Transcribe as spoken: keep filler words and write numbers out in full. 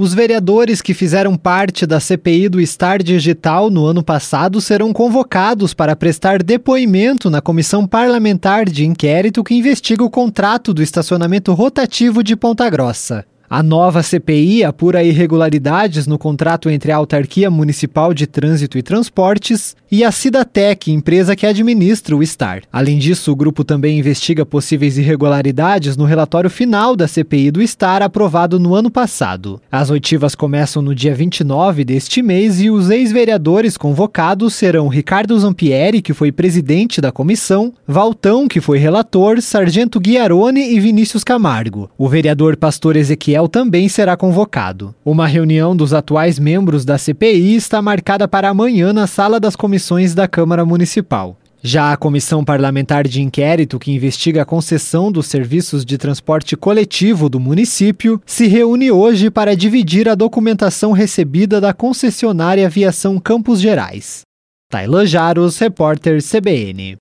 Os vereadores que fizeram parte da C P I do Star Digital no ano passado serão convocados para prestar depoimento na comissão parlamentar de inquérito que investiga o contrato do estacionamento rotativo de Ponta Grossa. A nova C P I apura irregularidades no contrato entre a Autarquia Municipal de Trânsito e Transportes e a Cidatec, empresa que administra o Star. Além disso, o grupo também investiga possíveis irregularidades no relatório final da C P I do Star, aprovado no ano passado. As oitivas começam no dia vinte e nove deste mês e os ex-vereadores convocados serão Ricardo Zampieri, que foi presidente da comissão, Valtão, que foi relator, Sargento Guiarone e Vinícius Camargo. O vereador Pastor Ezequiel também será convocado. Uma reunião dos atuais membros da C P I está marcada para amanhã na Sala das Comissões da Câmara Municipal. Já a Comissão Parlamentar de Inquérito, que investiga a concessão dos serviços de transporte coletivo do município, se reúne hoje para dividir a documentação recebida da concessionária Aviação Campos Gerais. Tailan Jaros, repórter C B N.